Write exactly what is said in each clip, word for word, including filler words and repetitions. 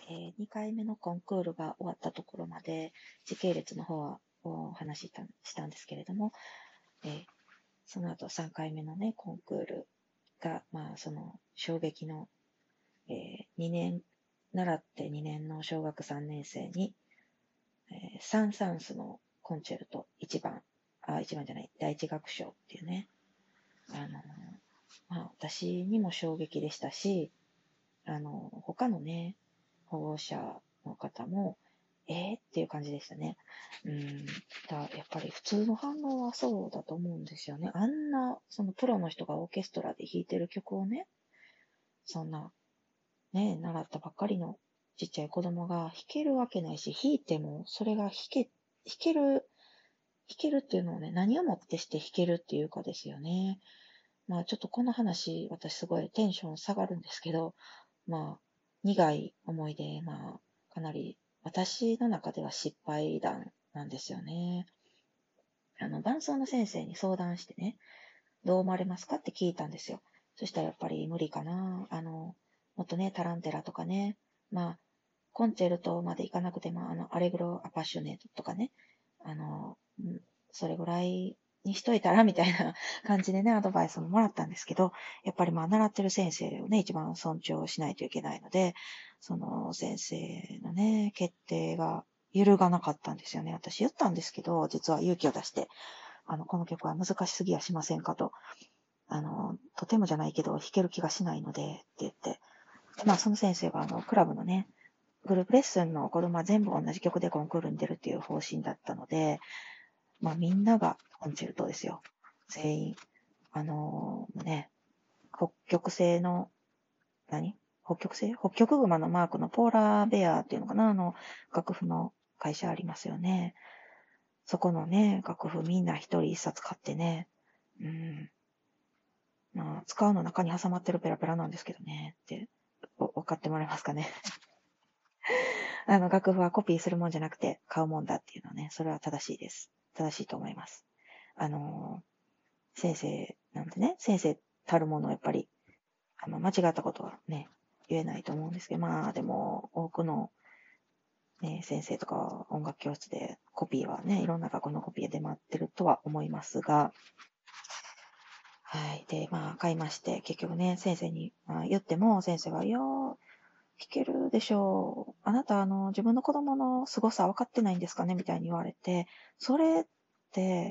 えー、にかいめのコンクールが終わったところまで、時系列の方はお話ししたしたんですけれども、えーその後さんかいめのね、コンクールが、まあ、その衝撃の、えーにねん、習ってにねんの小学さんねん生に、えーサン・サンスのコンチェルトいちばん、あ、いちばんじゃない、第一楽章っていうね、あのーまあ、私にも衝撃でしたし、あのー他のね、保護者の方も、えーっていう感じでしたね。うん。だやっぱり普通の反応はそうだと思うんですよね。あんな、そのプロの人がオーケストラで弾いてる曲をね、そんな、ね、習ったばっかりのちっちゃい子供が弾けるわけないし、弾いてもそれが弾け、弾ける、弾けるっていうのをね、何をもってして弾けるっていうかですよね。まあちょっとこの話、私すごいテンション下がるんですけど、まあ苦い思い出、まあかなり私の中では失敗談なんですよね。あの、伴奏の先生に相談してね、どう思われますかって聞いたんですよ。そしたらやっぱり無理かな。あの、もっとね、タランテラとかね、まあ、コンチェルトまでいかなくても、あの、アレグロ・アパッショネートとかね、あの、うんそれぐらいにしといたら、みたいな感じでね、アドバイスももらったんですけど、やっぱりまあ、習ってる先生をね、一番尊重しないといけないので、その先生のね、決定が揺るがなかったんですよね。私言ったんですけど、実は勇気を出して、あの、この曲は難しすぎやしませんかと。あの、とてもじゃないけど弾ける気がしないので、って言って。でまあ、その先生が、あの、クラブのね、グループレッスンの子供は全部同じ曲でコンクールに出るっていう方針だったので、まあ、みんながコンチェルトですよ。全員。あのーね、北極星の、何北極星北極熊のマークのポーラーベアっていうのかなあの、楽譜の会社ありますよね。そこのね、楽譜みんな一人一冊買ってね、うん。まあ、使うの中に挟まってるペラペラなんですけどね、って、分かってもらえますかね。あの、楽譜はコピーするもんじゃなくて買うもんだっていうのはね、それは正しいです。正しいと思います。あのー、先生なんでね、先生たるものやっぱり、あの、間違ったことはね、言えないと思うんですけど、まあ、でも、多くの、ね、先生とか音楽教室でコピーはね、いろんな学校のコピーで出回ってるとは思いますが、はい。で、まあ、買いまして、結局ね、先生に、まあ、言っても、先生が、いやー、聞けるでしょう。あなた、あの、自分の子供の凄さ分かってないんですかねみたいに言われて、それって、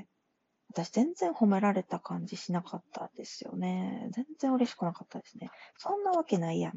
私全然褒められた感じしなかったですよね。全然嬉しくなかったですね。そんなわけないやんって。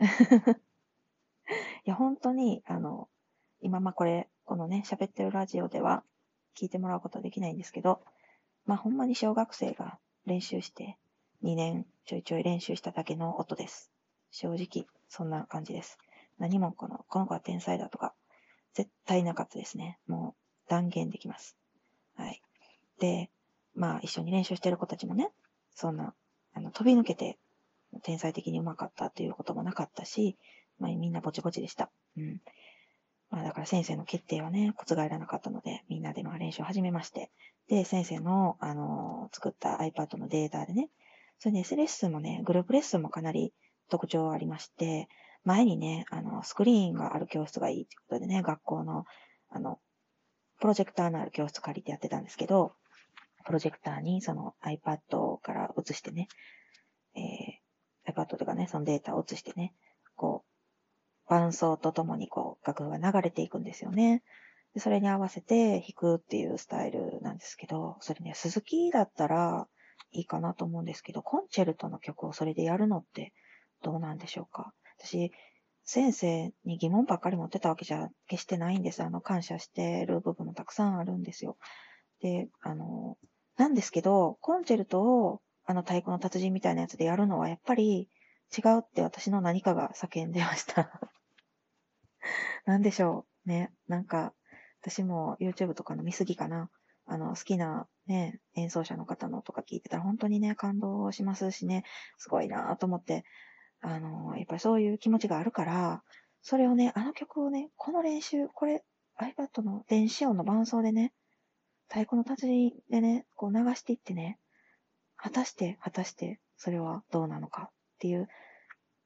いや、本当に、あの、今、まあこれ、このね、喋ってるラジオでは聞いてもらうことはできないんですけど、まあほんまに小学生が練習して、にねんちょいちょい練習しただけの音です。正直、そんな感じです。何もこの、この子は天才だとか、絶対なかったですね。もう断言できます。はい。で、まあ一緒に練習してる子たちもね、そんな、あの、飛び抜けて天才的に上手かったということもなかったし、まあみんなぼちぼちでした。うん。まあだから先生の決定はね、覆らなかったので、みんなでまあ練習を始めまして、で、先生の、あのー作った iPad のデータでね、それで、レッスンもね、グループレッスンもかなり特徴ありまして、前にね、あの、スクリーンがある教室がいいということでね、学校の、あの、プロジェクターのある教室借りてやってたんですけど、プロジェクターにその iPad から映してね、えー、iPad とかね、そのデータを映してね、こう、伴奏とともにこう、楽譜が流れていくんですよね。で、それに合わせて弾くっていうスタイルなんですけど、それね、鈴木だったらいいかなと思うんですけど、コンチェルトの曲をそれでやるのってどうなんでしょうか。私、先生に疑問ばっかり持ってたわけじゃ決してないんです。あの、感謝してる部分もたくさんあるんですよ。で、あの、なんですけど、コンチェルトを、あの、太鼓の達人みたいなやつでやるのはやっぱり違うって私の何かが叫んでました。なんでしょう。ね。なんか、私も YouTube とかの見過ぎかな。あの、好きなね、演奏者の方のとか聞いてたら本当にね、感動しますしね、すごいなと思って、あの、やっぱりそういう気持ちがあるから、それをね、あの曲をね、この練習、これ iPad の電子音の伴奏でね、太鼓の達人でね、こう流していってね、果たして、果たして、それはどうなのかっていう、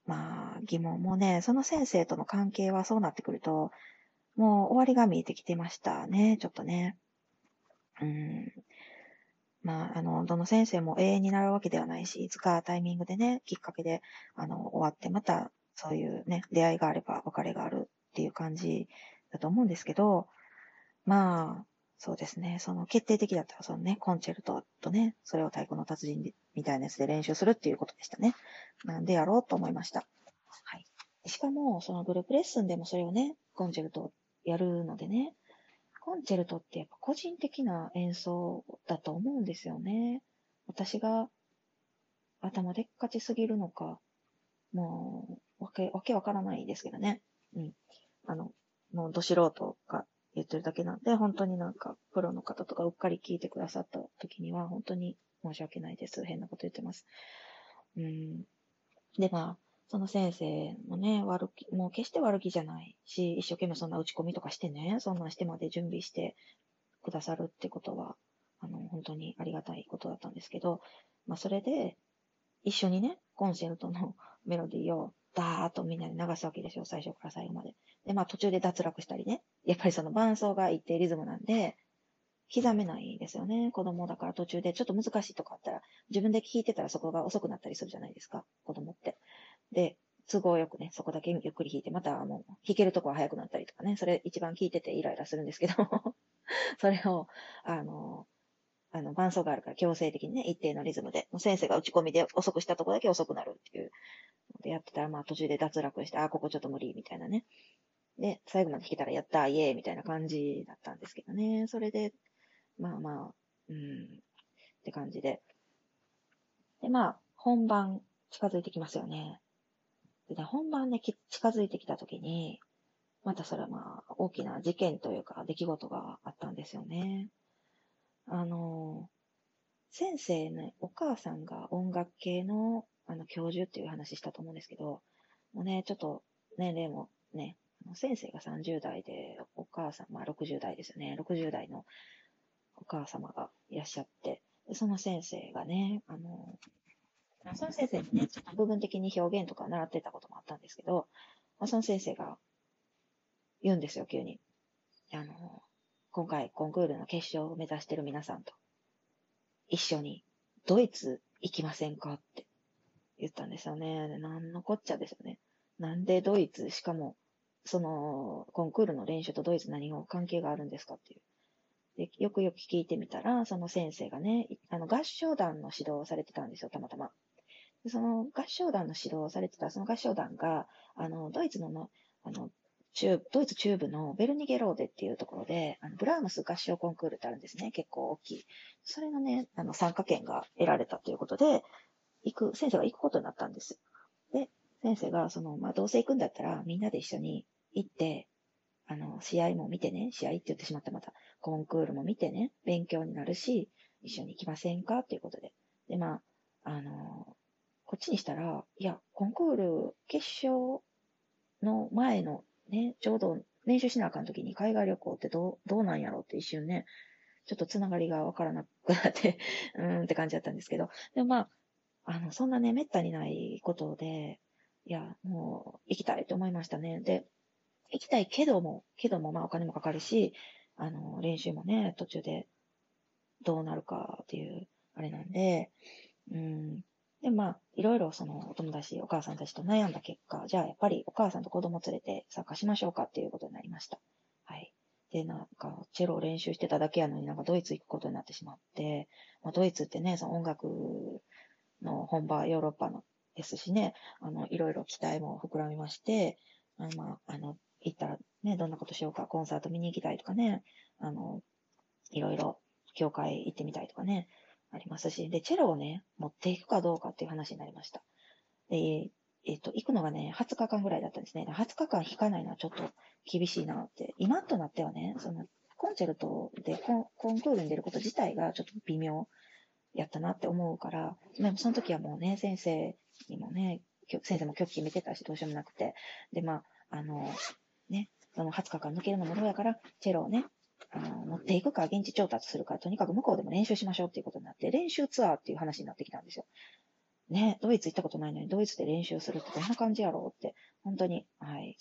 まあ、疑問もね、その先生との関係はそうなってくると、もう終わりが見えてきてましたね、ちょっとね。うん。まあ、あの、どの先生も永遠になるわけではないし、いつかタイミングでね、きっかけで、あの、終わって、また、そういうね、出会いがあれば別れがあるっていう感じだと思うんですけど、まあ、そうですね、その決定的だったら、そのね、コンチェルトとね、それを太鼓の達人みたいなやつで練習するっていうことでしたね。なんでやろうと思いました。はい。しかも、そのグループレッスンでもそれをね、コンチェルトをやるのでね、コンチェルトってやっぱ個人的な演奏だと思うんですよね。私が頭でっかちすぎるのか、もう、わけ、わけわからないですけどね。うん。あの、もうど素人が言ってるだけなんで、本当になんか、プロの方とかうっかり聞いてくださった時には、本当に申し訳ないです。変なこと言ってます。うん。で、まあ、その先生もね、悪気、もう決して悪気じゃないし、一生懸命そんな打ち込みとかしてね、そんなんしてまで準備してくださるってことは、あの、本当にありがたいことだったんですけど、まあ、それで、一緒にね、コンセルトのメロディーをダーッとみんなで流すわけですよ、最初から最後まで。で、まあ途中で脱落したりね。やっぱりその伴奏が一定リズムなんで、刻めないですよね。子供だから途中でちょっと難しいとかあったら、自分で弾いてたらそこが遅くなったりするじゃないですか、子供って。で、都合よくね、そこだけゆっくり弾いて、またもう弾けるとこは早くなったりとかね、それ一番弾いててイライラするんですけど、それを、あの、あの、伴奏があるから強制的にね、一定のリズムで、もう先生が打ち込みで遅くしたとこだけ遅くなるっていうのでやってたら、まあ途中で脱落して、あ、ここちょっと無理、みたいなね。で、最後まで弾けたらやったー、イエーイ、みたいな感じだったんですけどね。それで、まあまあ、うん、って感じで。で、まあ、本番近づいてきますよね。でね、本番ね、き近づいてきたときに、またそれはまあ、大きな事件というか、出来事があったんですよね。あの、先生ね、お母さんが音楽系の、あの、教授っていう話したと思うんですけど、もうね、ちょっと年齢もね、先生がさんじゅう代で、お母さん、まあろくじゅう代ですよね。ろくじゅう代のお母様がいらっしゃって、でその先生がね、あの、その先生にね、ちょっと部分的に表現とか習ってたこともあったんですけど、まあ、その先生が言うんですよ、急に。あの、今回コンクールの決勝を目指してる皆さんと一緒にドイツ行きませんかって言ったんですよね。でなんのこっちゃですよね。なんでドイツ、しかも、その、コンクールの練習とドイツ何が関係があるんですかっていう。で、よくよく聞いてみたら、その先生がね、あの、合唱団の指導をされてたんですよ、たまたま。でその合唱団の指導をされてた、その合唱団が、あの、ドイツのの、あの、中ドイツ中部のベルニゲローデっていうところで、あのブラームス合唱コンクールってあるんですね。結構大きい。それのね、あの、参加権が得られたということで、行く、先生が行くことになったんです。で、先生が、その、まあ、どうせ行くんだったら、みんなで一緒に行って、あの、試合も見てね、試合って言ってしまったまた、コンクールも見てね、勉強になるし、一緒に行きませんかっていうことで。で、まあ、あの、こっちにしたら、いや、コンクール決勝の前のね、ちょうど練習しなあかん時に海外旅行ってどう、どうなんやろうって一瞬ね、ちょっとつながりがわからなくなってうーんって感じだったんですけど、でもまあ、あの、そんなね、滅多にないことで、いや、もう、行きたいと思いましたね。で、行きたいけども、けども、まあ、お金もかかるし、あの、練習もね、途中でどうなるかっていう、あれなんで、うん。で、まあ、いろいろその、お友達、お母さんたちと悩んだ結果、じゃあ、やっぱりお母さんと子供連れて参加しましょうかっていうことになりました。はい。で、なんか、チェロを練習してただけやのになんかドイツ行くことになってしまって、まあ、ドイツってね、その音楽の本場ヨーロッパのですしね、あの、いろいろ期待も膨らみまして、あの、まあ、あの、行ったらね、どんなことしようか、コンサート見に行きたいとかね、あの、いろいろ、教会行ってみたいとかね、ありますし、で、チェロをね、持っていくかどうかっていう話になりました。で、えっと、行くのがね、はつかかんぐらいだったんですね。はつかかん弾かないのはちょっと厳しいなって。今となってはね、その、コンチェルトでコンコンクールに出ること自体がちょっと微妙やったなって思うから、でもその時はもうね、先生にもね、先生も曲決めてたし、どうしようもなくて。で、まあ、あの、ね、そのはつかかん抜けるのもどうやから、チェロをね、あの、持っていくか、現地調達するか、とにかく向こうでも練習しましょうっていうことになって、練習ツアーっていう話になってきたんですよ。 ね、ドイツ行ったことないのに、ドイツで練習するってどんな感じやろうって、本当に、はい、